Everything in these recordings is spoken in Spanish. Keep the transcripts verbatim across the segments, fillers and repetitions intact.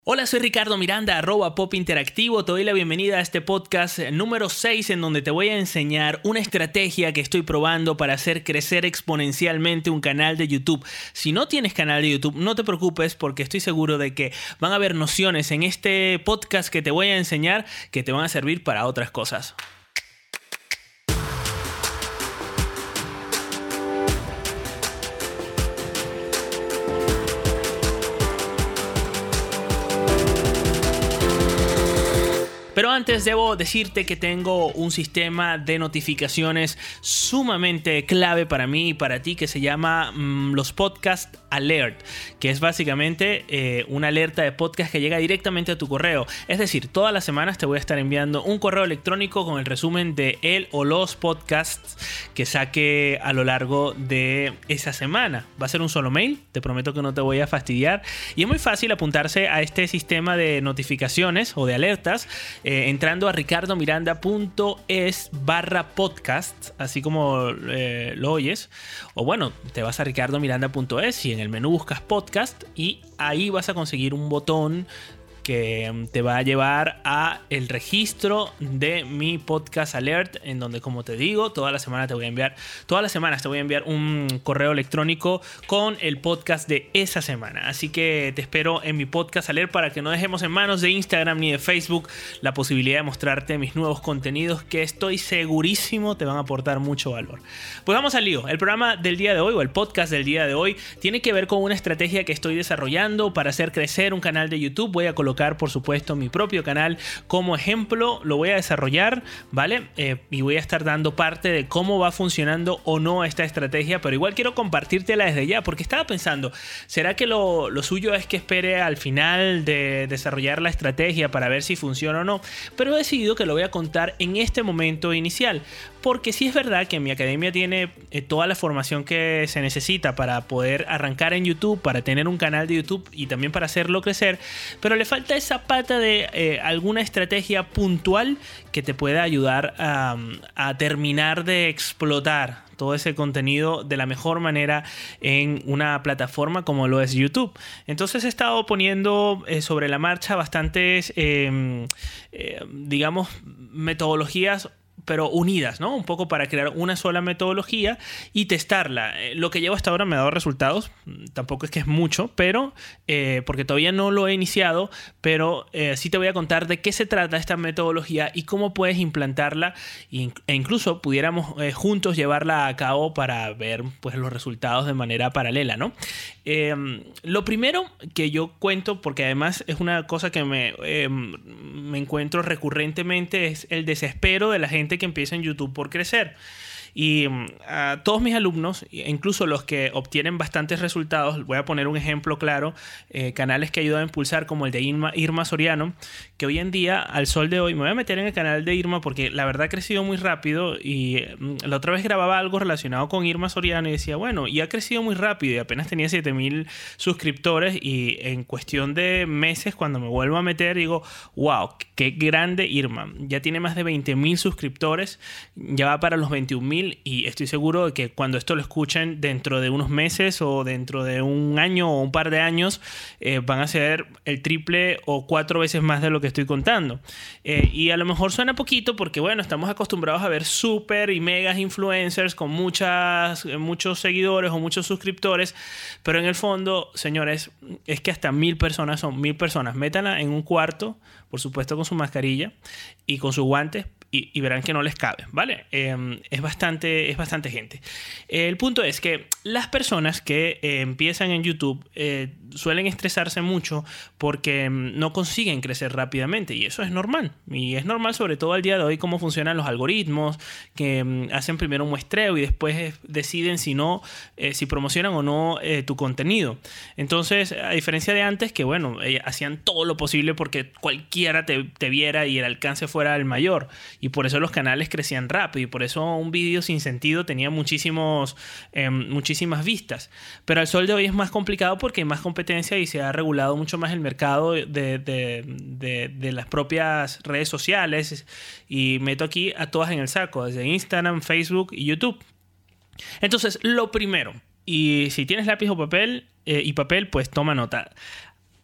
Hola, soy Ricardo Miranda, arroba Pop Interactivo. Te doy la bienvenida a este podcast número seis, en donde te voy a enseñar una estrategia que estoy probando para hacer crecer exponencialmente un canal de YouTube. Si no tienes canal de YouTube, no te preocupes, porque estoy seguro de que van a haber nociones en este podcast que te voy a enseñar que te van a servir para otras cosas. Pero antes debo decirte que tengo un sistema de notificaciones sumamente clave para mí y para ti que se llama mmm, los Podcast Alert, que es básicamente eh, una alerta de podcast que llega directamente a tu correo. Es decir, todas las semanas te voy a estar enviando un correo electrónico con el resumen de el o los podcasts que saque a lo largo de esa semana. Va a ser un solo mail, te prometo que no te voy a fastidiar. Y es muy fácil apuntarse a este sistema de notificaciones o de alertas Eh, entrando a ricardomiranda.es barra podcast, así como eh, lo oyes. O bueno, te vas a ricardomiranda.es y en el menú buscas podcast y ahí vas a conseguir un botón que te va a llevar a el registro de mi podcast alert, en donde, como te digo, toda la semana te voy a enviar, todas las semanas te voy a enviar un correo electrónico con el podcast de esa semana. Así que te espero en mi podcast alert para que no dejemos en manos de Instagram ni de Facebook la posibilidad de mostrarte mis nuevos contenidos, que estoy segurísimo te van a aportar mucho valor. Pues vamos al lío. El programa del día de hoy, o el podcast del día de hoy, tiene que ver con una estrategia que estoy desarrollando para hacer crecer un canal de YouTube. Voy a colocar por supuesto mi propio canal como ejemplo, lo voy a desarrollar, ¿vale? Eh, y voy a estar dando parte de cómo va funcionando o no esta estrategia, pero igual quiero compartírtela desde ya, porque estaba pensando, ¿será que lo, lo suyo es que espere al final de desarrollar la estrategia para ver si funciona o no? Pero he decidido que lo voy a contar en este momento inicial, porque sí es verdad que mi academia tiene eh, toda la formación que se necesita para poder arrancar en YouTube, para tener un canal de YouTube y también para hacerlo crecer, pero le falta esa pata de eh, alguna estrategia puntual que te pueda ayudar a, a terminar de explotar todo ese contenido de la mejor manera en una plataforma como lo es YouTube. Entonces he estado poniendo eh, sobre la marcha bastantes, eh, eh, digamos, metodologías, pero unidas, ¿no? Un poco para crear una sola metodología y testarla. Eh, lo que llevo hasta ahora me ha dado resultados. Tampoco es que es mucho, pero eh, porque todavía no lo he iniciado, pero eh, sí te voy a contar de qué se trata esta metodología y cómo puedes implantarla e incluso pudiéramos eh, juntos llevarla a cabo para ver pues, los resultados de manera paralela, ¿no? Eh, lo primero que yo cuento, porque además es una cosa que me, eh, me encuentro recurrentemente, es el desespero de la gente que empieza en YouTube por crecer. Y a todos mis alumnos, incluso los que obtienen bastantes resultados, voy a poner un ejemplo claro, eh, canales que ayudan a impulsar como el de Irma, Irma Soriano, que hoy en día, al sol de hoy, me voy a meter en el canal de Irma porque la verdad ha crecido muy rápido y la otra vez grababa algo relacionado con Irma Soriano y decía, bueno, y ha crecido muy rápido y apenas tenía siete mil suscriptores y en cuestión de meses, cuando me vuelvo a meter, digo, wow, qué grande Irma, ya tiene más de veinte mil suscriptores, ya va para los veintiún mil. Y estoy seguro de que cuando esto lo escuchen dentro de unos meses o dentro de un año o un par de años eh, van a ser el triple o cuatro veces más de lo que estoy contando. Eh, y a lo mejor suena poquito porque bueno, estamos acostumbrados a ver súper y megas influencers con muchas, muchos seguidores o muchos suscriptores, pero en el fondo, señores, es que hasta mil personas son mil personas. Métanla en un cuarto, por supuesto con su mascarilla y con sus guantes, Y, y verán que no les cabe, ¿vale? Eh, es, bastante, es bastante gente. Eh, el punto es que las personas que eh, empiezan en YouTube eh, suelen estresarse mucho porque no consiguen crecer rápidamente y eso es normal. Y es normal sobre todo al día de hoy cómo funcionan los algoritmos que um, hacen primero un muestreo y después eh, deciden si no, eh, si promocionan o no eh, tu contenido. Entonces, a diferencia de antes que, bueno, eh, hacían todo lo posible porque cualquiera te, te viera y el alcance fuera el mayor. Y por eso los canales crecían rápido y por eso un vídeo sin sentido tenía muchísimos, eh, muchísimas vistas. Pero al sol de hoy es más complicado porque hay más competencia y se ha regulado mucho más el mercado de, de, de, de las propias redes sociales. Y meto aquí a todas en el saco, desde Instagram, Facebook y YouTube. Entonces, lo primero, y si tienes lápiz o papel, eh, y papel, pues toma nota.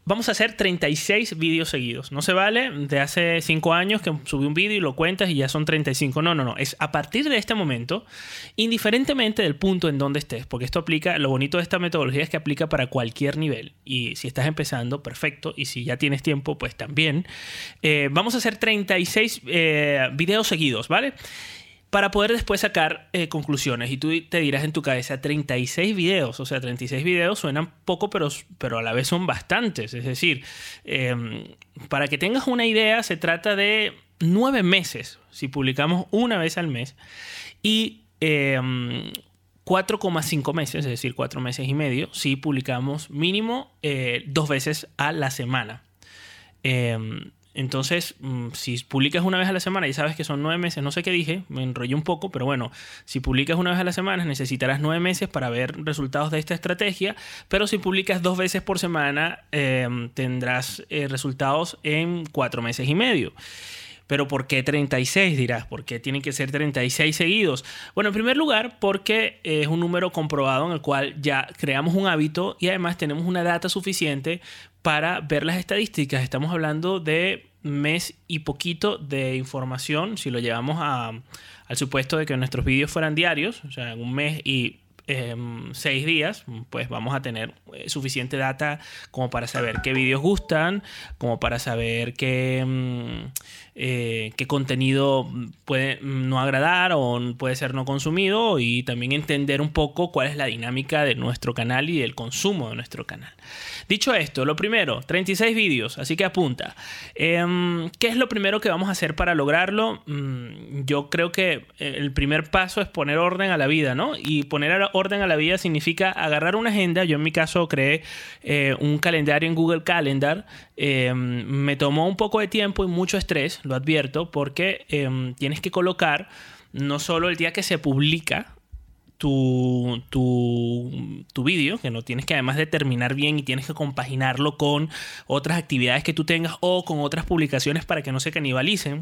vamos a hacer treinta y seis vídeos seguidos. No se vale de hace cinco años que subí un vídeo y lo cuentas y ya son treinta y cinco. No, no, no. Es a partir de este momento, indiferentemente del punto en donde estés, porque esto aplica, lo bonito de esta metodología es que aplica para cualquier nivel. Y si estás empezando, perfecto. Y si ya tienes tiempo, pues también. Eh, vamos a hacer treinta y seis eh, videos seguidos, ¿vale? Para poder después sacar eh, conclusiones. Y tú te dirás en tu cabeza, treinta y seis videos. O sea, treinta y seis videos suenan poco, pero, pero a la vez son bastantes. Es decir, eh, para que tengas una idea, se trata de nueve meses, si publicamos una vez al mes. Y eh, cuatro coma cinco meses, es decir, cuatro meses y medio, si publicamos mínimo eh, dos veces a la semana. Eh, Entonces, si publicas una vez a la semana y sabes que son nueve meses, no sé qué dije, me enrollé un poco, pero bueno, si publicas una vez a la semana necesitarás nueve meses para ver resultados de esta estrategia, pero si publicas dos veces por semana eh, tendrás eh, resultados en cuatro meses y medio. ¿Pero por qué treinta y seis? Dirás, ¿por qué tienen que ser treinta y seis seguidos? Bueno, en primer lugar, porque es un número comprobado en el cual ya creamos un hábito y además tenemos una data suficiente para ver las estadísticas. Estamos hablando de mes y poquito de información, si lo llevamos a, al supuesto de que nuestros vídeos fueran diarios, o sea, un mes y eh, seis días, pues vamos a tener eh, suficiente data como para saber qué vídeos gustan, como para saber qué, eh, qué contenido puede no agradar o puede ser no consumido, y también entender un poco cuál es la dinámica de nuestro canal y el consumo de nuestro canal. Dicho esto, lo primero, treinta y seis vídeos, así que apunta. Eh, ¿Qué es lo primero que vamos a hacer para lograrlo? Mm, yo creo que el primer paso es poner orden a la vida, ¿no? Y poner orden a la vida significa agarrar una agenda. Yo en mi caso creé eh, un calendario en Google Calendar. Eh, me tomó un poco de tiempo y mucho estrés, lo advierto, porque eh, tienes que colocar no solo el día que se publica tu, tu, tu vídeo, que no tienes que además determinar bien y tienes que compaginarlo con otras actividades que tú tengas o con otras publicaciones para que no se canibalicen.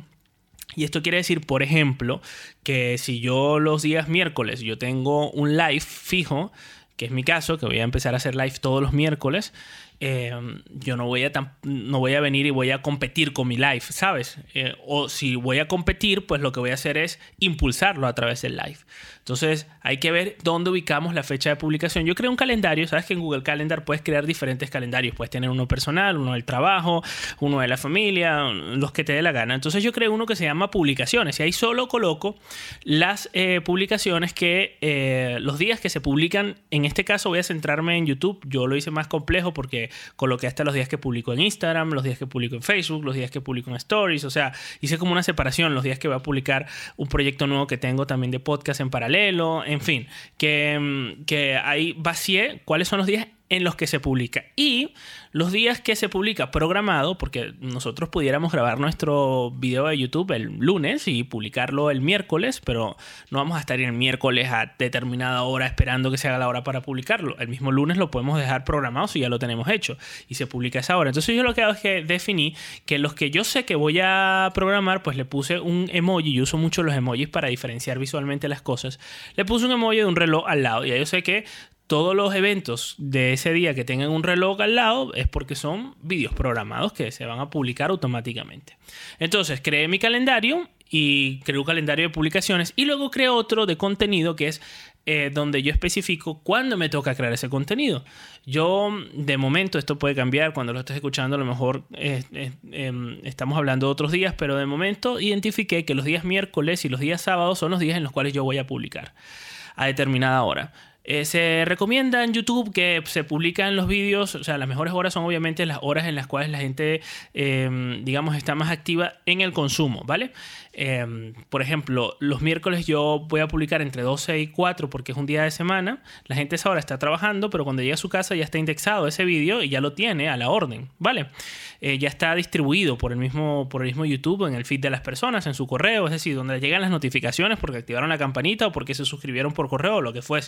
Y esto quiere decir, por ejemplo, que si yo los días miércoles yo tengo un live fijo, que es mi caso, que voy a empezar a hacer live todos los miércoles, eh, yo no voy, a tan, no voy a venir y voy a competir con mi live, ¿sabes? Eh, o si voy a competir, pues lo que voy a hacer es impulsarlo a través del live. Entonces hay que ver dónde ubicamos la fecha de publicación. Yo creo un calendario, sabes que en Google Calendar puedes crear diferentes calendarios. Puedes tener uno personal, uno del trabajo, uno de la familia, los que te dé la gana. Entonces yo creo uno que se llama publicaciones y ahí solo coloco las eh, publicaciones que eh, los días que se publican. En este caso voy a centrarme en YouTube. Yo lo hice más complejo porque coloqué hasta los días que publico en Instagram, los días que publico en Facebook, los días que publico en Stories. O sea, hice como una separación, los días que voy a publicar un proyecto nuevo que tengo también de podcast en paralelo. En fin, que, que ahí vacié cuáles son los días en los que se publica y los días que se publica programado, porque nosotros pudiéramos grabar nuestro video de YouTube el lunes y publicarlo el miércoles, pero no vamos a estar el miércoles a determinada hora esperando que se haga la hora para publicarlo. El mismo lunes lo podemos dejar programado si ya lo tenemos hecho y se publica a esa hora. Entonces yo lo que hago es que definí que los que yo sé que voy a programar, pues le puse un emoji. Yo uso mucho los emojis para diferenciar visualmente las cosas. Le puse un emoji de un reloj al lado y ya yo sé que todos los eventos de ese día que tengan un reloj al lado es porque son vídeos programados que se van a publicar automáticamente. Entonces creé mi calendario y creé un calendario de publicaciones y luego creé otro de contenido que es eh, donde yo especifico cuándo me toca crear ese contenido. Yo, de momento, esto puede cambiar cuando lo estés escuchando, a lo mejor eh, eh, eh, estamos hablando de otros días, pero de momento identifiqué que los días miércoles y los días sábados son los días en los cuales yo voy a publicar a determinada hora. Eh, se recomienda en YouTube que se publican los vídeos, o sea, las mejores horas son obviamente las horas en las cuales la gente, eh, digamos, está más activa en el consumo, ¿vale? Eh, por ejemplo, los miércoles yo voy a publicar entre doce y cuatro porque es un día de semana. La gente a esa hora está trabajando, pero cuando llega a su casa ya está indexado ese vídeo y ya lo tiene a la orden, ¿vale? Eh, ya está distribuido por el mismo, por el mismo YouTube en el feed de las personas, en su correo, es decir, donde llegan las notificaciones porque activaron la campanita o porque se suscribieron por correo o lo que fuese, o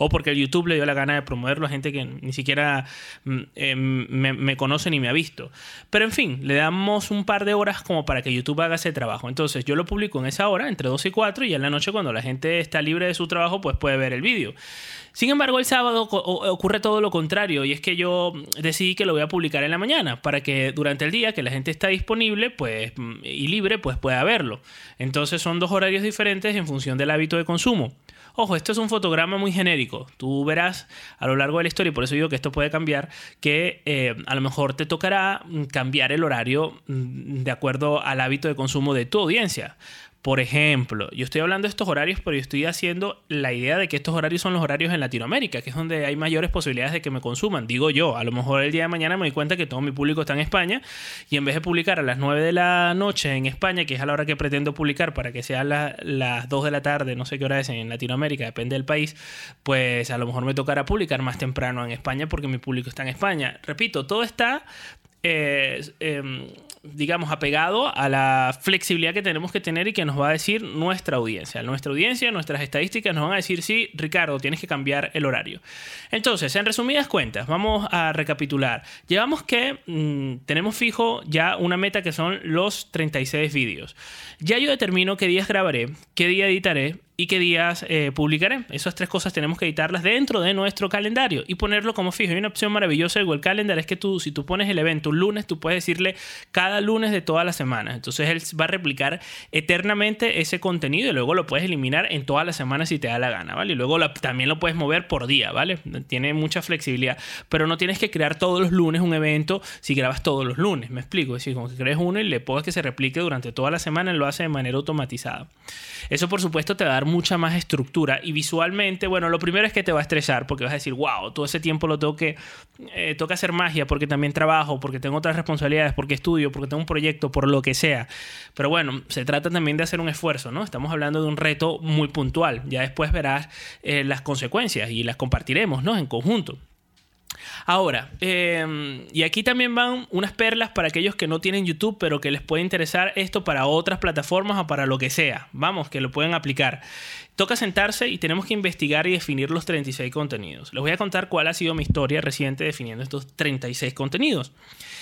porque el YouTube le dio la gana de promoverlo a gente que ni siquiera eh, me, me conoce ni me ha visto. Pero en fin, le damos un par de horas como para que YouTube haga ese trabajo. Entonces yo lo publico en esa hora, entre dos y cuatro, y en la noche cuando la gente está libre de su trabajo, pues puede ver el vídeo. Sin embargo, el sábado ocurre todo lo contrario, y es que yo decidí que lo voy a publicar en la mañana para que durante el día que la gente está disponible pues, y libre, pues pueda verlo. Entonces son dos horarios diferentes en función del hábito de consumo. Ojo, esto es un fotograma muy genérico. Tú verás a lo largo de la historia, y por eso digo que esto puede cambiar, que eh, a lo mejor te tocará cambiar el horario de acuerdo al hábito de consumo de tu audiencia. Por ejemplo, yo estoy hablando de estos horarios, pero yo estoy haciendo la idea de que estos horarios son los horarios en Latinoamérica, que es donde hay mayores posibilidades de que me consuman. Digo yo, a lo mejor el día de mañana me doy cuenta que todo mi público está en España, y en vez de publicar a las nueve de la noche en España, que es a la hora que pretendo publicar para que sean la, las dos de la tarde, no sé qué hora es en Latinoamérica, depende del país, pues a lo mejor me tocará publicar más temprano en España porque mi público está en España. Repito, todo está... Eh, eh, digamos, apegado a la flexibilidad que tenemos que tener y que nos va a decir nuestra audiencia. Nuestra audiencia, nuestras estadísticas nos van a decir, sí, Ricardo, tienes que cambiar el horario. Entonces, en resumidas cuentas, vamos a recapitular. Llevamos que mmm, tenemos fijo ya una meta que son los treinta y seis vídeos. Ya yo determino qué días grabaré, qué día editaré y qué días eh, publicaré. Esas tres cosas tenemos que editarlas dentro de nuestro calendario y ponerlo como fijo. Hay una opción maravillosa de Google Calendar, es que tú, si tú pones el evento un lunes, tú puedes decirle cada lunes de toda la semana. Entonces él va a replicar eternamente ese contenido y luego lo puedes eliminar en todas las semanas si te da la gana, ¿vale? Y luego lo, también lo puedes mover por día, ¿vale? Tiene mucha flexibilidad, pero no tienes que crear todos los lunes un evento si grabas todos los lunes, ¿me explico? Es decir, como que crees uno y le pongas que se replique durante toda la semana, él lo hace de manera automatizada. Eso, por supuesto, te va a dar mucha más estructura y visualmente, bueno, lo primero es que te va a estresar porque vas a decir, wow, todo ese tiempo lo tengo que, eh, tengo que hacer magia porque también trabajo, porque tengo otras responsabilidades, porque estudio, porque tengo un proyecto, por lo que sea. Pero bueno, se trata también de hacer un esfuerzo, ¿no? Estamos hablando de un reto muy puntual. Ya después verás eh, las consecuencias y las compartiremos, ¿no? En conjunto. Ahora, eh, y aquí también van unas perlas para aquellos que no tienen YouTube, pero que les puede interesar esto para otras plataformas o para lo que sea. Vamos, que lo pueden aplicar. Toca sentarse y tenemos que investigar y definir los treinta y seis contenidos. Les voy a contar cuál ha sido mi historia reciente definiendo estos treinta y seis contenidos.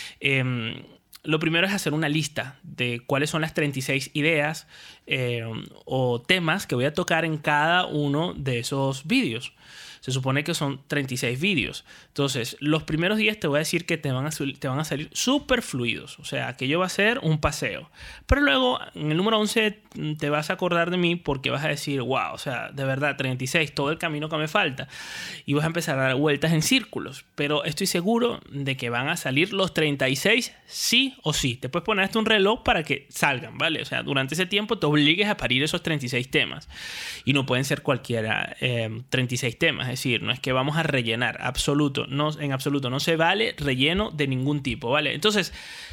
Eh, Lo primero es hacer una lista de cuáles son las treinta y seis ideas eh, o temas que voy a tocar en cada uno de esos vídeos. Se supone que son treinta y seis vídeos. Entonces, los primeros días te voy a decir que te van a, te van a salir súper fluidos. O sea, aquello va a ser un paseo. Pero luego, en el número once, te vas a acordar de mí porque vas a decir, wow, o sea, de verdad, treinta y seis, todo el camino que me falta. Y vas a empezar a dar vueltas en círculos. Pero estoy seguro de que van a salir los treinta y seis sí o sí. Te puedes poner hasta un reloj para que salgan, ¿vale? O sea, durante ese tiempo te obligues a parir esos treinta y seis temas. Y no pueden ser cualquiera eh, treinta y seis temas. Es decir, no es que vamos a rellenar, absoluto, no, en absoluto, no se vale relleno de ningún tipo, ¿vale? Entonces,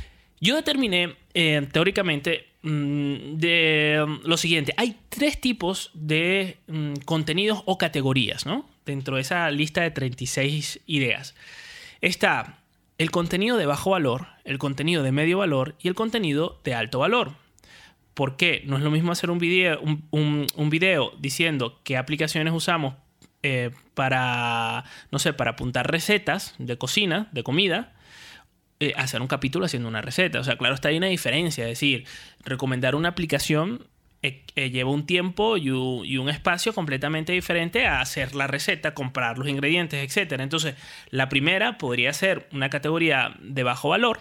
yo determiné eh, teóricamente mmm, de um, lo siguiente. Hay tres tipos de um, contenidos o categorías, ¿no? Dentro de esa lista de treinta y seis ideas. Está el contenido de bajo valor, el contenido de medio valor y el contenido de alto valor. ¿Por qué? No es lo mismo hacer un video, un, un, un video diciendo qué aplicaciones usamos Eh, para, no sé, para apuntar recetas de cocina, de comida, eh, hacer un capítulo haciendo una receta. O sea, claro, está ahí una diferencia. Es decir, recomendar una aplicación eh, eh, lleva un tiempo y un, y un espacio completamente diferente a hacer la receta, comprar los ingredientes, etcétera. Entonces, la primera podría ser una categoría de bajo valor.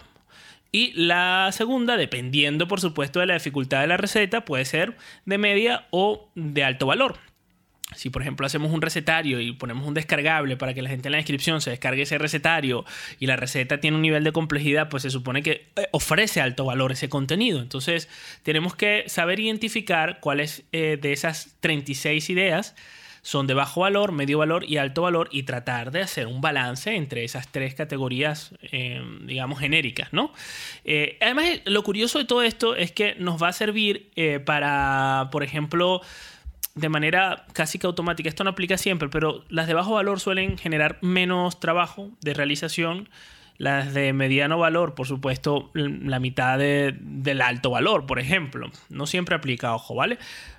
Y la segunda, dependiendo, por supuesto, de la dificultad de la receta, puede ser de media o de alto valor. Si, por ejemplo, hacemos un recetario y ponemos un descargable para que la gente en la descripción se descargue ese recetario y la receta tiene un nivel de complejidad, pues se supone que ofrece alto valor ese contenido. Entonces, tenemos que saber identificar cuáles eh, de esas treinta y seis ideas son de bajo valor, medio valor y alto valor y tratar de hacer un balance entre esas tres categorías, eh, digamos, genéricas, ¿no? Eh, además, lo curioso de todo esto es que nos va a servir eh, para, por ejemplo, de manera casi que automática. Esto no aplica siempre, pero las de bajo valor suelen generar menos trabajo de realización. Las de mediano valor, por supuesto, la mitad de, del alto valor, por ejemplo. No siempre aplica, ojo, ¿vale?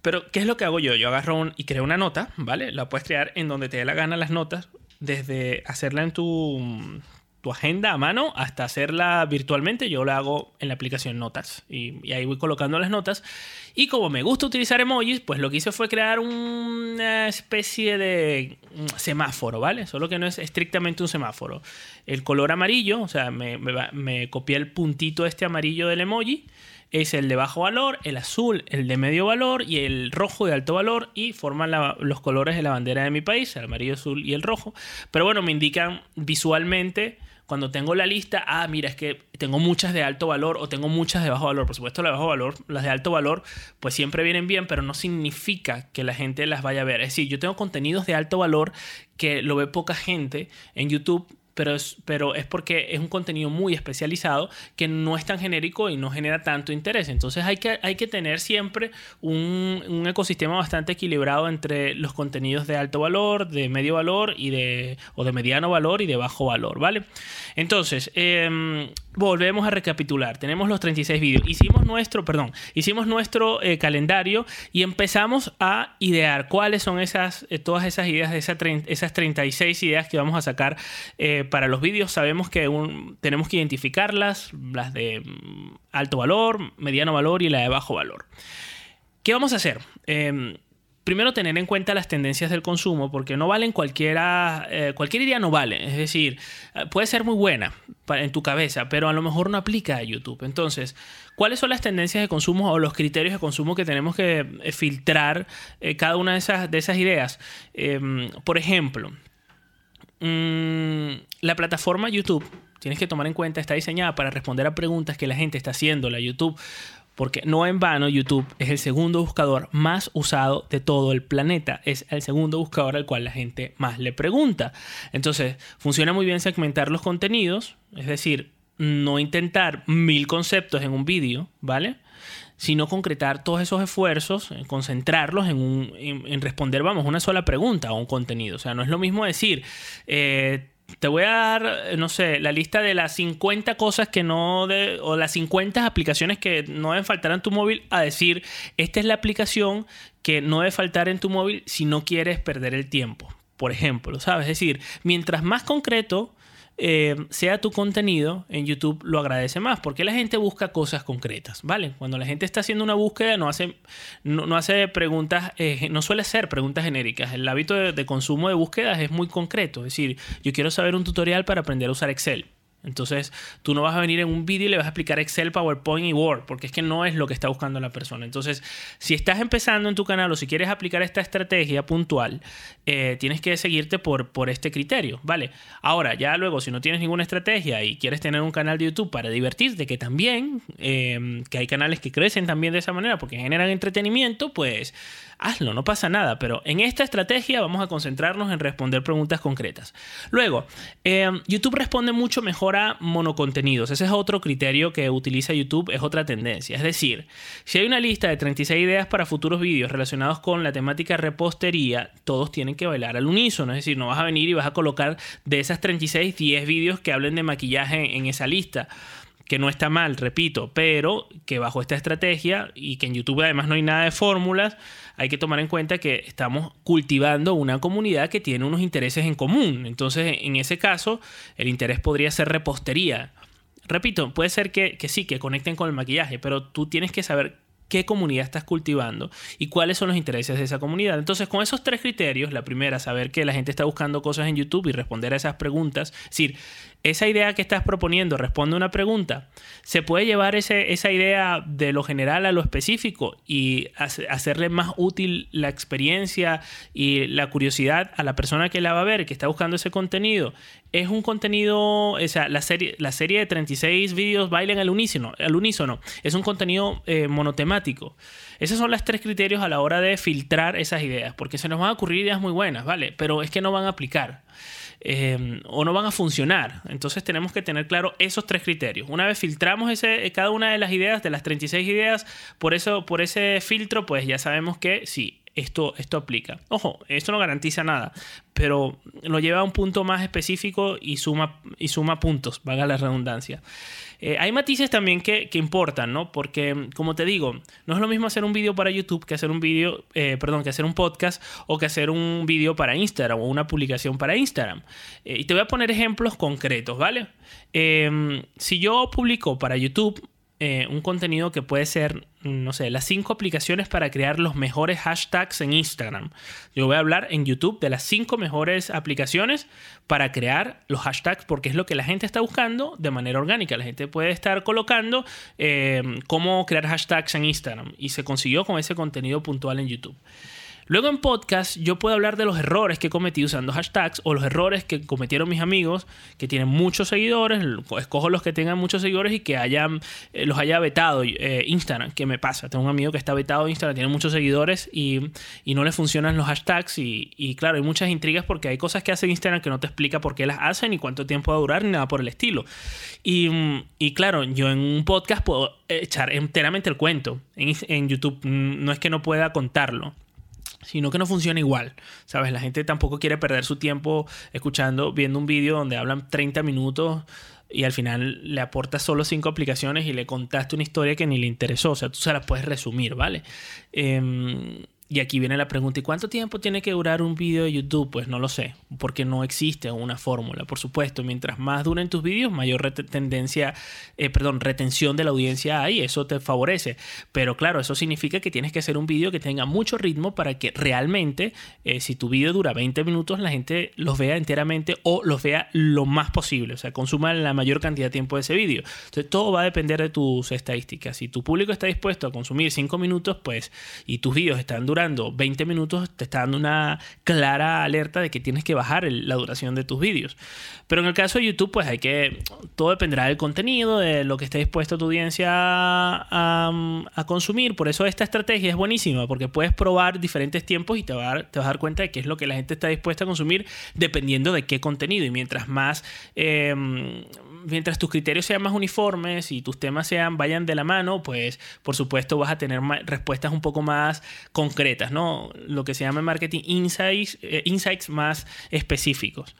Pero, ¿qué es lo que hago yo? Yo agarro un, y creo una nota, ¿vale? La puedes crear en donde te dé la gana las notas, desde hacerla en tu, tu agenda a mano hasta hacerla virtualmente. Yo la hago en la aplicación Notas y, y ahí voy colocando las notas. Y como me gusta utilizar emojis, pues lo que hice fue crear una especie de semáforo, ¿vale? Solo que no es estrictamente un semáforo. El color amarillo, o sea, me, me, me copié el puntito este amarillo del emoji. Es el de bajo valor, el azul el de medio valor y el rojo de alto valor, y forman la, los colores de la bandera de mi país, el amarillo, azul y el rojo. Pero bueno, me indican visualmente cuando tengo la lista, ah, mira, es que tengo muchas de alto valor o tengo muchas de bajo valor. Por supuesto, las de bajo valor, las de alto valor, pues siempre vienen bien, pero no significa que la gente las vaya a ver. Es decir, yo tengo contenidos de alto valor que lo ve poca gente en YouTube, Pero es, pero es porque es un contenido muy especializado que no es tan genérico y no genera tanto interés. Entonces hay que, hay que tener siempre un, un ecosistema bastante equilibrado entre los contenidos de alto valor, de medio valor y de, o de mediano valor y de bajo valor, ¿vale? Entonces, eh, volvemos a recapitular. Tenemos los treinta y seis vídeos. Hicimos nuestro, perdón, hicimos nuestro eh, calendario y empezamos a idear cuáles son esas, eh, todas esas ideas, de esa treinta, esas treinta y seis ideas que vamos a sacar eh, para los vídeos. Sabemos que un, tenemos que identificarlas, las de alto valor, mediano valor y la de bajo valor. ¿Qué vamos a hacer? Eh, Primero, tener en cuenta las tendencias del consumo, porque no valen cualquiera, eh, cualquier idea no vale. Es decir, puede ser muy buena en tu cabeza, pero a lo mejor no aplica a YouTube. Entonces, ¿cuáles son las tendencias de consumo o los criterios de consumo que tenemos que eh, filtrar eh, cada una de esas, de esas ideas? Eh, por ejemplo, mmm, la plataforma YouTube, tienes que tomar en cuenta, está diseñada para responder a preguntas que la gente está haciendo. La YouTube... Porque no en vano YouTube es el segundo buscador más usado de todo el planeta. Es el segundo buscador al cual la gente más le pregunta. Entonces, funciona muy bien segmentar los contenidos. Es decir, no intentar mil conceptos en un vídeo, ¿vale? Sino concretar todos esos esfuerzos, concentrarlos en, un, en, en responder, vamos, una sola pregunta o un contenido. O sea, no es lo mismo decir... Eh, Te voy a dar, no sé, la lista de las cincuenta cosas que no... De, o las cincuenta aplicaciones que no deben faltar en tu móvil, a decir, esta es la aplicación que no debe faltar en tu móvil si no quieres perder el tiempo. Por ejemplo, ¿sabes? Es decir, mientras más concreto eh, sea tu contenido, en YouTube lo agradece más, porque la gente busca cosas concretas, ¿vale? Cuando la gente está haciendo una búsqueda, no hace, no, no hace preguntas, eh, no suele ser preguntas genéricas. El hábito de, de consumo de búsquedas es muy concreto. Es decir, yo quiero saber un tutorial para aprender a usar Excel. Entonces, tú no vas a venir en un vídeo y le vas a explicar Excel, PowerPoint y Word, porque es que no es lo que está buscando la persona. Entonces, si estás empezando en tu canal o si quieres aplicar esta estrategia puntual, eh, tienes que seguirte por, por este criterio, ¿vale? Ahora, ya luego, si no tienes ninguna estrategia y quieres tener un canal de YouTube para divertirte, que también, eh, que hay canales que crecen también de esa manera porque generan entretenimiento, pues hazlo, no pasa nada. Pero en esta estrategia vamos a concentrarnos en responder preguntas concretas. Luego, eh, YouTube responde mucho mejor a monocontenidos. Ese es otro criterio que utiliza YouTube, es otra tendencia. Es decir, si hay una lista de treinta y seis ideas para futuros vídeos relacionados con la temática repostería, todos tienen que bailar al unísono. Es decir, no vas a venir y vas a colocar de esas treinta y seis, diez vídeos que hablen de maquillaje en esa lista. Que no está mal, repito, pero que bajo esta estrategia y que en YouTube además no hay nada de fórmulas, hay que tomar en cuenta que estamos cultivando una comunidad que tiene unos intereses en común. Entonces, en ese caso, el interés podría ser repostería. Repito, puede ser que, que sí, que conecten con el maquillaje, pero tú tienes que saber qué comunidad estás cultivando y cuáles son los intereses de esa comunidad. Entonces, con esos tres criterios, la primera, saber que la gente está buscando cosas en YouTube y responder a esas preguntas. Es decir, esa idea que estás proponiendo responde a una pregunta. Se puede llevar ese, esa idea de lo general a lo específico y hacerle más útil la experiencia y la curiosidad a la persona que la va a ver, que está buscando ese contenido. Es un contenido, o sea, la serie, la serie de treinta y seis vídeos bailan al unísono, al unísono. Es un contenido eh, monotemático. Esos son los tres criterios a la hora de filtrar esas ideas, porque se nos van a ocurrir ideas muy buenas, ¿vale? Pero es que no van a aplicar. Eh, o no van a funcionar. Entonces tenemos que tener claro esos tres criterios. Una vez filtramos ese, cada una de las ideas, de las treinta y seis ideas, por, eso, por ese filtro, pues ya sabemos que sí, esto, esto aplica. Ojo, esto no garantiza nada, pero lo lleva a un punto más específico y suma, y suma puntos, valga la redundancia. Eh, hay matices también que, que importan, ¿no? Porque, como te digo, no es lo mismo hacer un vídeo para YouTube que hacer un vídeo, eh, perdón, que hacer un podcast o que hacer un vídeo para Instagram o una publicación para Instagram. Eh, y te voy a poner ejemplos concretos, ¿vale? Eh, si yo publico para YouTube Eh, un contenido que puede ser, no sé, las cinco aplicaciones para crear los mejores hashtags en Instagram. Yo voy a hablar en YouTube de las cinco mejores aplicaciones para crear los hashtags, porque es lo que la gente está buscando de manera orgánica. La gente puede estar colocando eh, cómo crear hashtags en Instagram y se consiguió con ese contenido puntual en YouTube. Luego en podcast yo puedo hablar de los errores que cometí usando hashtags o los errores que cometieron mis amigos que tienen muchos seguidores. Escojo los que tengan muchos seguidores y que hayan, eh, los haya vetado eh, Instagram. ¿Qué me pasa? Tengo un amigo que está vetado Instagram, tiene muchos seguidores y, y no le funcionan los hashtags. Y, y claro, hay muchas intrigas porque hay cosas que hace Instagram que no te explica por qué las hacen ni cuánto tiempo va a durar ni nada por el estilo. Y, y claro, yo en un podcast puedo echar enteramente el cuento. En, en YouTube no es que no pueda contarlo, sino que no funciona igual, ¿sabes? La gente tampoco quiere perder su tiempo escuchando, viendo un vídeo donde hablan treinta minutos y al final le aportas solo cinco aplicaciones y le contaste una historia que ni le interesó. O sea, tú se la puedes resumir, ¿vale? Eh, y aquí viene la pregunta, ¿y cuánto tiempo tiene que durar un vídeo de YouTube? Pues no lo sé, porque no existe una fórmula. Por supuesto, mientras más duren tus vídeos, mayor ret- tendencia, eh, perdón, retención de la audiencia hay, eso te favorece. Pero claro, eso significa que tienes que hacer un vídeo que tenga mucho ritmo para que realmente, eh, si tu vídeo dura veinte minutos, la gente los vea enteramente o los vea lo más posible. O sea, consuma la mayor cantidad de tiempo de ese vídeo. Entonces, todo va a depender de tus estadísticas. Si tu público está dispuesto a consumir cinco minutos, pues, y tus vídeos están durando veinte minutos, te está dando una clara alerta de que tienes que bajar el, la duración de tus vídeos. Pero en el caso de YouTube, pues hay que... Todo dependerá del contenido, de lo que esté dispuesto tu audiencia a, a, a consumir. Por eso esta estrategia es buenísima, porque puedes probar diferentes tiempos y te, va a dar, te vas a dar cuenta de qué es lo que la gente está dispuesta a consumir dependiendo de qué contenido. Y mientras más... Eh, mientras tus criterios sean más uniformes y tus temas sean vayan de la mano, pues por supuesto vas a tener más, respuestas un poco más concretas, ¿no? Lo que se llama en marketing insights, eh, insights más específicos.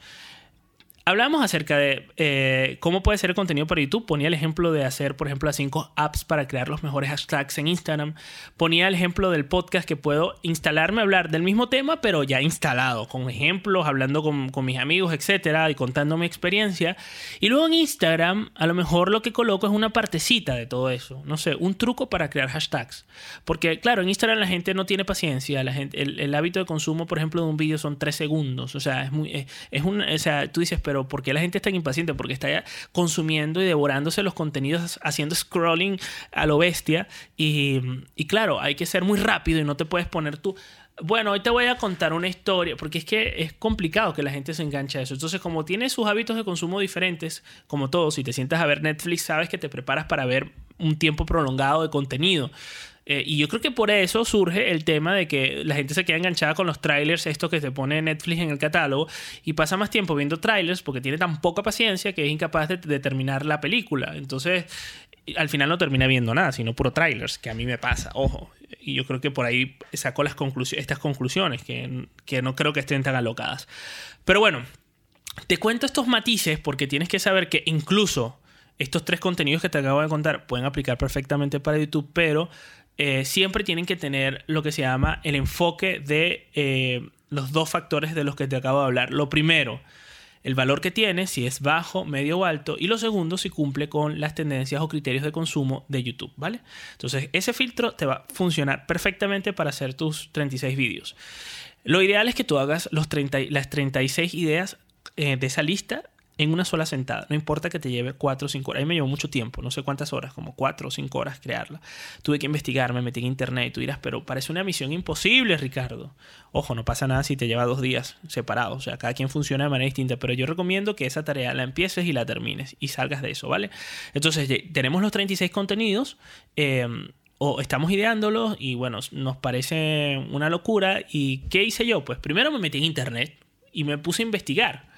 Hablamos acerca de eh, cómo puede ser el contenido para YouTube. Ponía el ejemplo de hacer, por ejemplo, las cinco apps para crear los mejores hashtags en Instagram. Ponía el ejemplo del podcast que puedo instalarme a hablar del mismo tema, pero ya instalado, con ejemplos, hablando con, con mis amigos, etcétera, y contando mi experiencia. Y luego en Instagram, a lo mejor lo que coloco es una partecita de todo eso. No sé, un truco para crear hashtags. Porque, claro, en Instagram la gente no tiene paciencia. La gente, el, el hábito de consumo, por ejemplo, de un vídeo son tres segundos. O sea, es muy... Es, es un, o sea, tú dices, pero ¿por qué la gente es tan impaciente? Porque está consumiendo y devorándose los contenidos, haciendo scrolling a lo bestia. Y, y claro, hay que ser muy rápido y no te puedes poner tú... Bueno, hoy te voy a contar una historia, porque es que es complicado que la gente se enganche a eso. Entonces, como tiene sus hábitos de consumo diferentes, como todos, si te sientas a ver Netflix, sabes que te preparas para ver un tiempo prolongado de contenido. Eh, y yo creo que por eso surge el tema de que la gente se queda enganchada con los trailers, esto que te pone Netflix en el catálogo, y pasa más tiempo viendo trailers porque tiene tan poca paciencia que es incapaz de, de terminar la película. Entonces, al final no termina viendo nada, sino puro trailers, que a mí me pasa, ojo. Y yo creo que por ahí saco las conclus- estas conclusiones, que, que no creo que estén tan alocadas. Pero bueno, te cuento estos matices porque tienes que saber que incluso estos tres contenidos que te acabo de contar pueden aplicar perfectamente para YouTube, pero... Eh, siempre tienen que tener lo que se llama el enfoque de eh, los dos factores de los que te acabo de hablar. Lo primero, el valor que tiene, si es bajo, medio o alto. Y lo segundo, si cumple con las tendencias o criterios de consumo de YouTube, ¿vale? Entonces, ese filtro te va a funcionar perfectamente para hacer tus treinta y seis vídeos. Lo ideal es que tú hagas los treinta, las treinta y seis ideas eh, de esa lista en una sola sentada. No importa que te lleve cuatro o cinco horas. A mí me llevó mucho tiempo, no sé cuántas horas, como cuatro o cinco horas crearla. Tuve que investigar, me metí en internet y tú dirás, pero parece una misión imposible, Ricardo. Ojo, no pasa nada si te lleva dos días separados. O sea, cada quien funciona de manera distinta, pero yo recomiendo que esa tarea la empieces y la termines y salgas de eso, ¿vale? Entonces, tenemos los treinta y seis contenidos, eh, o estamos ideándolos y bueno, nos parece una locura. ¿Y qué hice yo? Pues primero me metí en internet y me puse a investigar.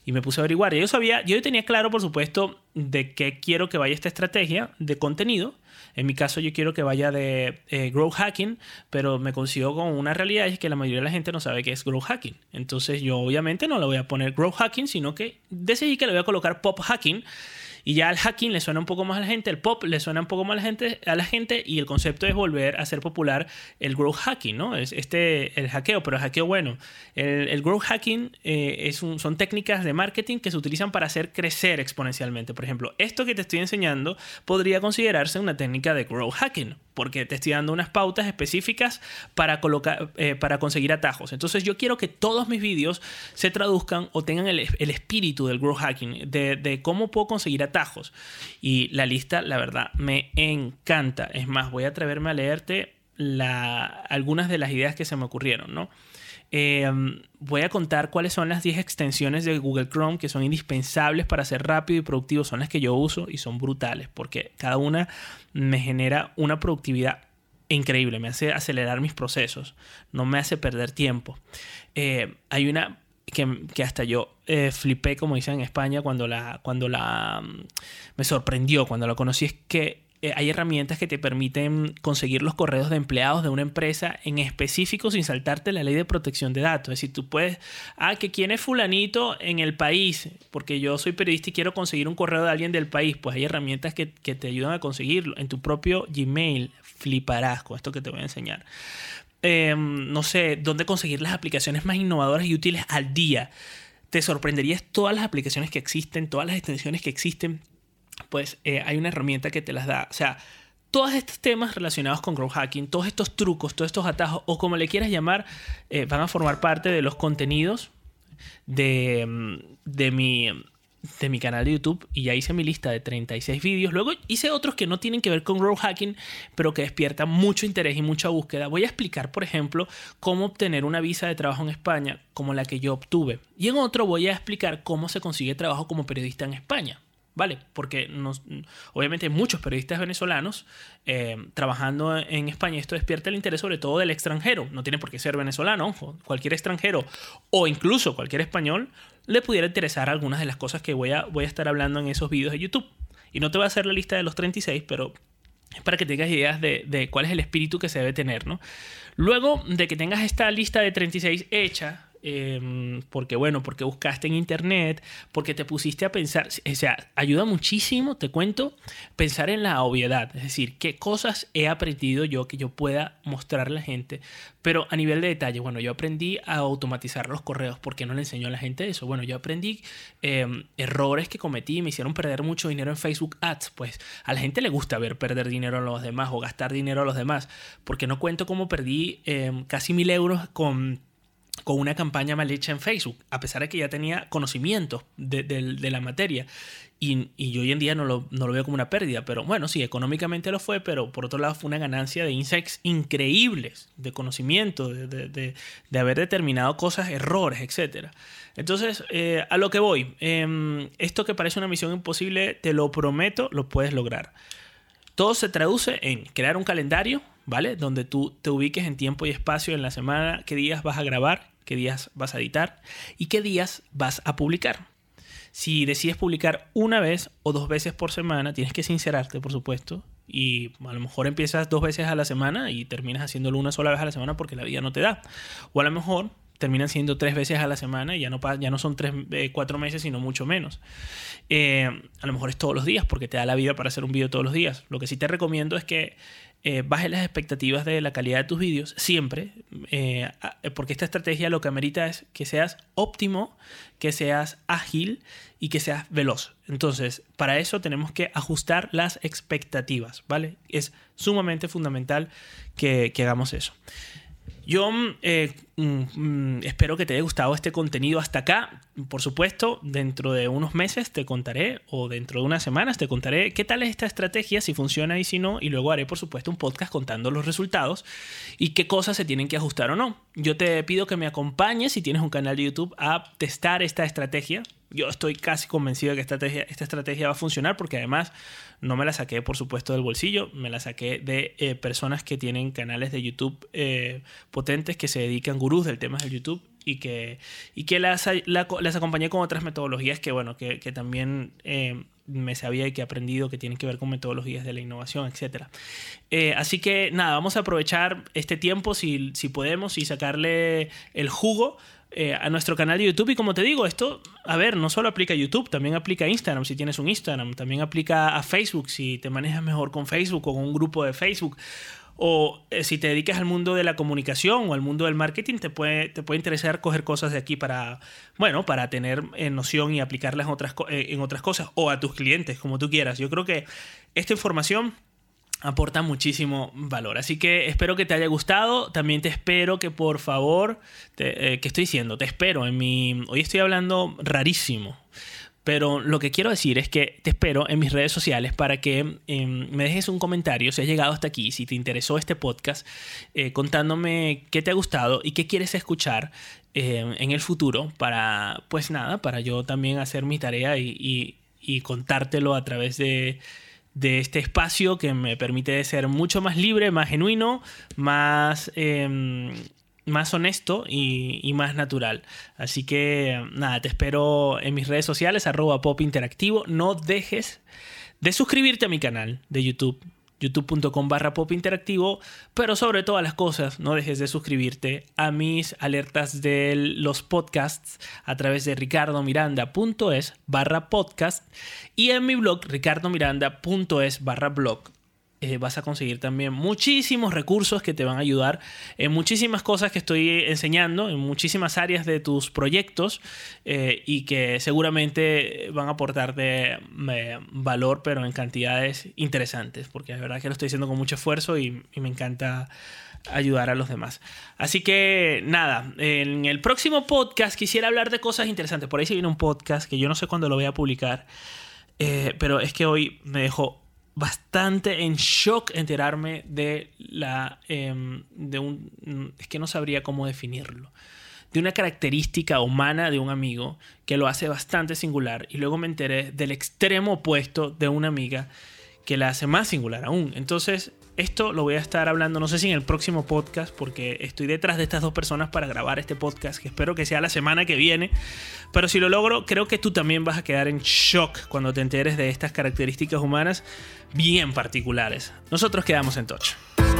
y me puse a averiguar. Y yo sabía, yo tenía claro, por supuesto, de qué quiero que vaya esta estrategia de contenido. En mi caso yo quiero que vaya de eh, growth hacking, pero me consigo con una realidad, es que la mayoría de la gente no sabe qué es growth hacking. Entonces yo obviamente no le voy a poner growth hacking, sino que decidí que le voy a colocar pop hacking. Y ya al hacking le suena un poco más a la gente, el pop le suena un poco más a la gente, a la gente y el concepto es volver a hacer popular el growth hacking, ¿no? Es este, el hackeo, pero el hackeo bueno. El, el growth hacking eh, es un, son técnicas de marketing que se utilizan para hacer crecer exponencialmente. Por ejemplo, esto que te estoy enseñando podría considerarse una técnica de growth hacking, porque te estoy dando unas pautas específicas para, colocar, eh, para conseguir atajos. Entonces yo quiero que todos mis vídeos se traduzcan o tengan el, el espíritu del growth hacking, de, de cómo puedo conseguir atajos. Y la lista, la verdad, me encanta. Es más, voy a atreverme a leerte la, algunas de las ideas que se me ocurrieron, ¿no? Eh, voy a contar cuáles son las diez extensiones de Google Chrome que son indispensables para ser rápido y productivo. Son las que yo uso y son brutales porque cada una me genera una productividad increíble. Me hace acelerar mis procesos, no me hace perder tiempo. Eh, hay una que, que hasta yo eh, flipé, como dicen en España, cuando la, cuando la me sorprendió cuando la conocí. Es que Eh, hay herramientas que te permiten conseguir los correos de empleados de una empresa en específico sin saltarte la ley de protección de datos. Es decir, tú puedes, ah, que quién es fulanito en el país, porque yo soy periodista y quiero conseguir un correo de alguien del país. Pues hay herramientas que, que te ayudan a conseguirlo en tu propio Gmail. Fliparás con esto que te voy a enseñar. Eh, no sé, dónde conseguir las aplicaciones más innovadoras y útiles al día. Te sorprenderías todas las aplicaciones que existen, todas las extensiones que existen. Pues eh, hay una herramienta que te las da. O sea, todos estos temas relacionados con growth hacking, todos estos trucos, todos estos atajos, o como le quieras llamar, eh, van a formar parte de los contenidos de, de, mi, de mi canal de YouTube. Y ya hice mi lista de treinta y seis vídeos. Luego hice otros que no tienen que ver con growth hacking, pero que despiertan mucho interés y mucha búsqueda. Voy a explicar, por ejemplo, cómo obtener una visa de trabajo en España como la que yo obtuve. Y en otro voy a explicar cómo se consigue trabajo como periodista en España. ¿Vale? Porque nos, obviamente hay muchos periodistas venezolanos eh, trabajando en España. Esto despierta el interés sobre todo del extranjero. No tiene por qué ser venezolano, ojo. Cualquier extranjero o incluso cualquier español le pudiera interesar algunas de las cosas que voy a, voy a estar hablando en esos vídeos de YouTube. Y no te voy a hacer la lista de los treinta y seis, pero es para que tengas ideas de, de cuál es el espíritu que se debe tener, ¿no? Luego de que tengas esta lista de treinta y seis hecha, Eh, porque bueno, porque buscaste en internet, porque te pusiste a pensar, o sea, ayuda muchísimo, te cuento, pensar en la obviedad, es decir, qué cosas he aprendido yo que yo pueda mostrarle a la gente, pero a nivel de detalle. Bueno, yo aprendí a automatizar los correos. ¿Por qué no le enseño a la gente eso? Bueno, yo aprendí eh, errores que cometí y me hicieron perder mucho dinero en Facebook Ads. Pues a la gente le gusta ver perder dinero a los demás o gastar dinero a los demás, porque no cuento cómo perdí eh, casi mil euros con con una campaña mal hecha en Facebook, a pesar de que ya tenía conocimientos de, de, de la materia. Y, y yo hoy en día no lo, no lo veo como una pérdida, pero bueno, sí, económicamente lo fue, pero por otro lado fue una ganancia de insights increíbles, de conocimiento, de, de, de, de haber determinado cosas, errores, etcétera. Entonces, eh, a lo que voy, eh, esto que parece una misión imposible, te lo prometo, lo puedes lograr. Todo se traduce en crear un calendario, ¿vale? Donde tú te ubiques en tiempo y espacio en la semana, qué días vas a grabar, qué días vas a editar y qué días vas a publicar. Si decides publicar una vez o dos veces por semana, tienes que sincerarte, por supuesto, y a lo mejor empiezas dos veces a la semana y terminas haciéndolo una sola vez a la semana porque la vida no te da. O a lo mejor terminan siendo tres veces a la semana y ya no, ya no son tres, eh, cuatro meses, sino mucho menos. Eh, a lo mejor es todos los días porque te da la vida para hacer un video todos los días. Lo que sí te recomiendo es que eh, bajes las expectativas de la calidad de tus vídeos siempre, eh, porque esta estrategia lo que amerita es que seas óptimo, que seas ágil y que seas veloz. Entonces, para eso tenemos que ajustar las expectativas, ¿vale? Es sumamente fundamental que, que hagamos eso. Yo eh, mm, espero que te haya gustado este contenido hasta acá. Por supuesto, dentro de unos meses te contaré, o dentro de unas semanas te contaré qué tal es esta estrategia, si funciona y si no. Y luego haré, por supuesto, un podcast contando los resultados y qué cosas se tienen que ajustar o no. Yo te pido que me acompañes, si tienes un canal de YouTube, a testar esta estrategia. Yo estoy casi convencido de que esta estrategia, esta estrategia va a funcionar porque además no me la saqué, por supuesto, del bolsillo. Me la saqué de eh, personas que tienen canales de YouTube eh, potentes, que se dedican, gurús del tema de YouTube, y que, y que las, la, las acompañé con otras metodologías que, bueno, que, que también eh, me sabía y que he aprendido que tienen que ver con metodologías de la innovación, etcétera. Eh, así que nada, vamos a aprovechar este tiempo si, si podemos y sacarle el jugo Eh, a nuestro canal de YouTube. Y como te digo, esto, a ver, no solo aplica a YouTube, también aplica a Instagram si tienes un Instagram, también aplica a Facebook si te manejas mejor con Facebook o con un grupo de Facebook, o eh, si te dedicas al mundo de la comunicación o al mundo del marketing, te puede, te puede interesar coger cosas de aquí para, bueno, para tener eh, noción y aplicarlas en otras, eh, en otras cosas, o a tus clientes, como tú quieras. Yo creo que esta información aporta muchísimo valor. Así que espero que te haya gustado. También te espero que por favor, te, eh, ¿qué estoy diciendo? Te espero en mi... Hoy estoy hablando rarísimo, pero lo que quiero decir es que te espero en mis redes sociales para que eh, me dejes un comentario si has llegado hasta aquí, si te interesó este podcast, eh, contándome qué te ha gustado y qué quieres escuchar eh, en el futuro para, pues nada, para yo también hacer mi tarea y, y, y contártelo a través de... de este espacio que me permite ser mucho más libre, más genuino, más, eh, más honesto y, y más natural. Así que nada, te espero en mis redes sociales, arroba pop interactivo. No dejes de suscribirte a mi canal de YouTube, youtube.com barra pop interactivo, pero sobre todas las cosas no dejes de suscribirte a mis alertas de los podcasts a través de ricardomiranda.es barra podcast y en mi blog ricardomiranda.es barra blog. Eh, vas a conseguir también muchísimos recursos que te van a ayudar en muchísimas cosas que estoy enseñando, en muchísimas áreas de tus proyectos eh, y que seguramente van a aportarte eh, valor, pero en cantidades interesantes, porque la verdad que lo estoy haciendo con mucho esfuerzo y, y me encanta ayudar a los demás. Así que nada, en el próximo podcast quisiera hablar de cosas interesantes. Por ahí se viene un podcast que yo no sé cuándo lo voy a publicar, eh, pero es que hoy me dejó bastante en shock enterarme de la eh, de un es que no sabría cómo definirlo, de una característica humana de un amigo que lo hace bastante singular, y luego me enteré del extremo opuesto de una amiga que la hace más singular aún. Entonces esto lo voy a estar hablando, no sé si en el próximo podcast, porque estoy detrás de estas dos personas para grabar este podcast, que espero que sea la semana que viene. Pero si lo logro, creo que tú también vas a quedar en shock cuando te enteres de estas características humanas bien particulares. Nosotros quedamos en touch.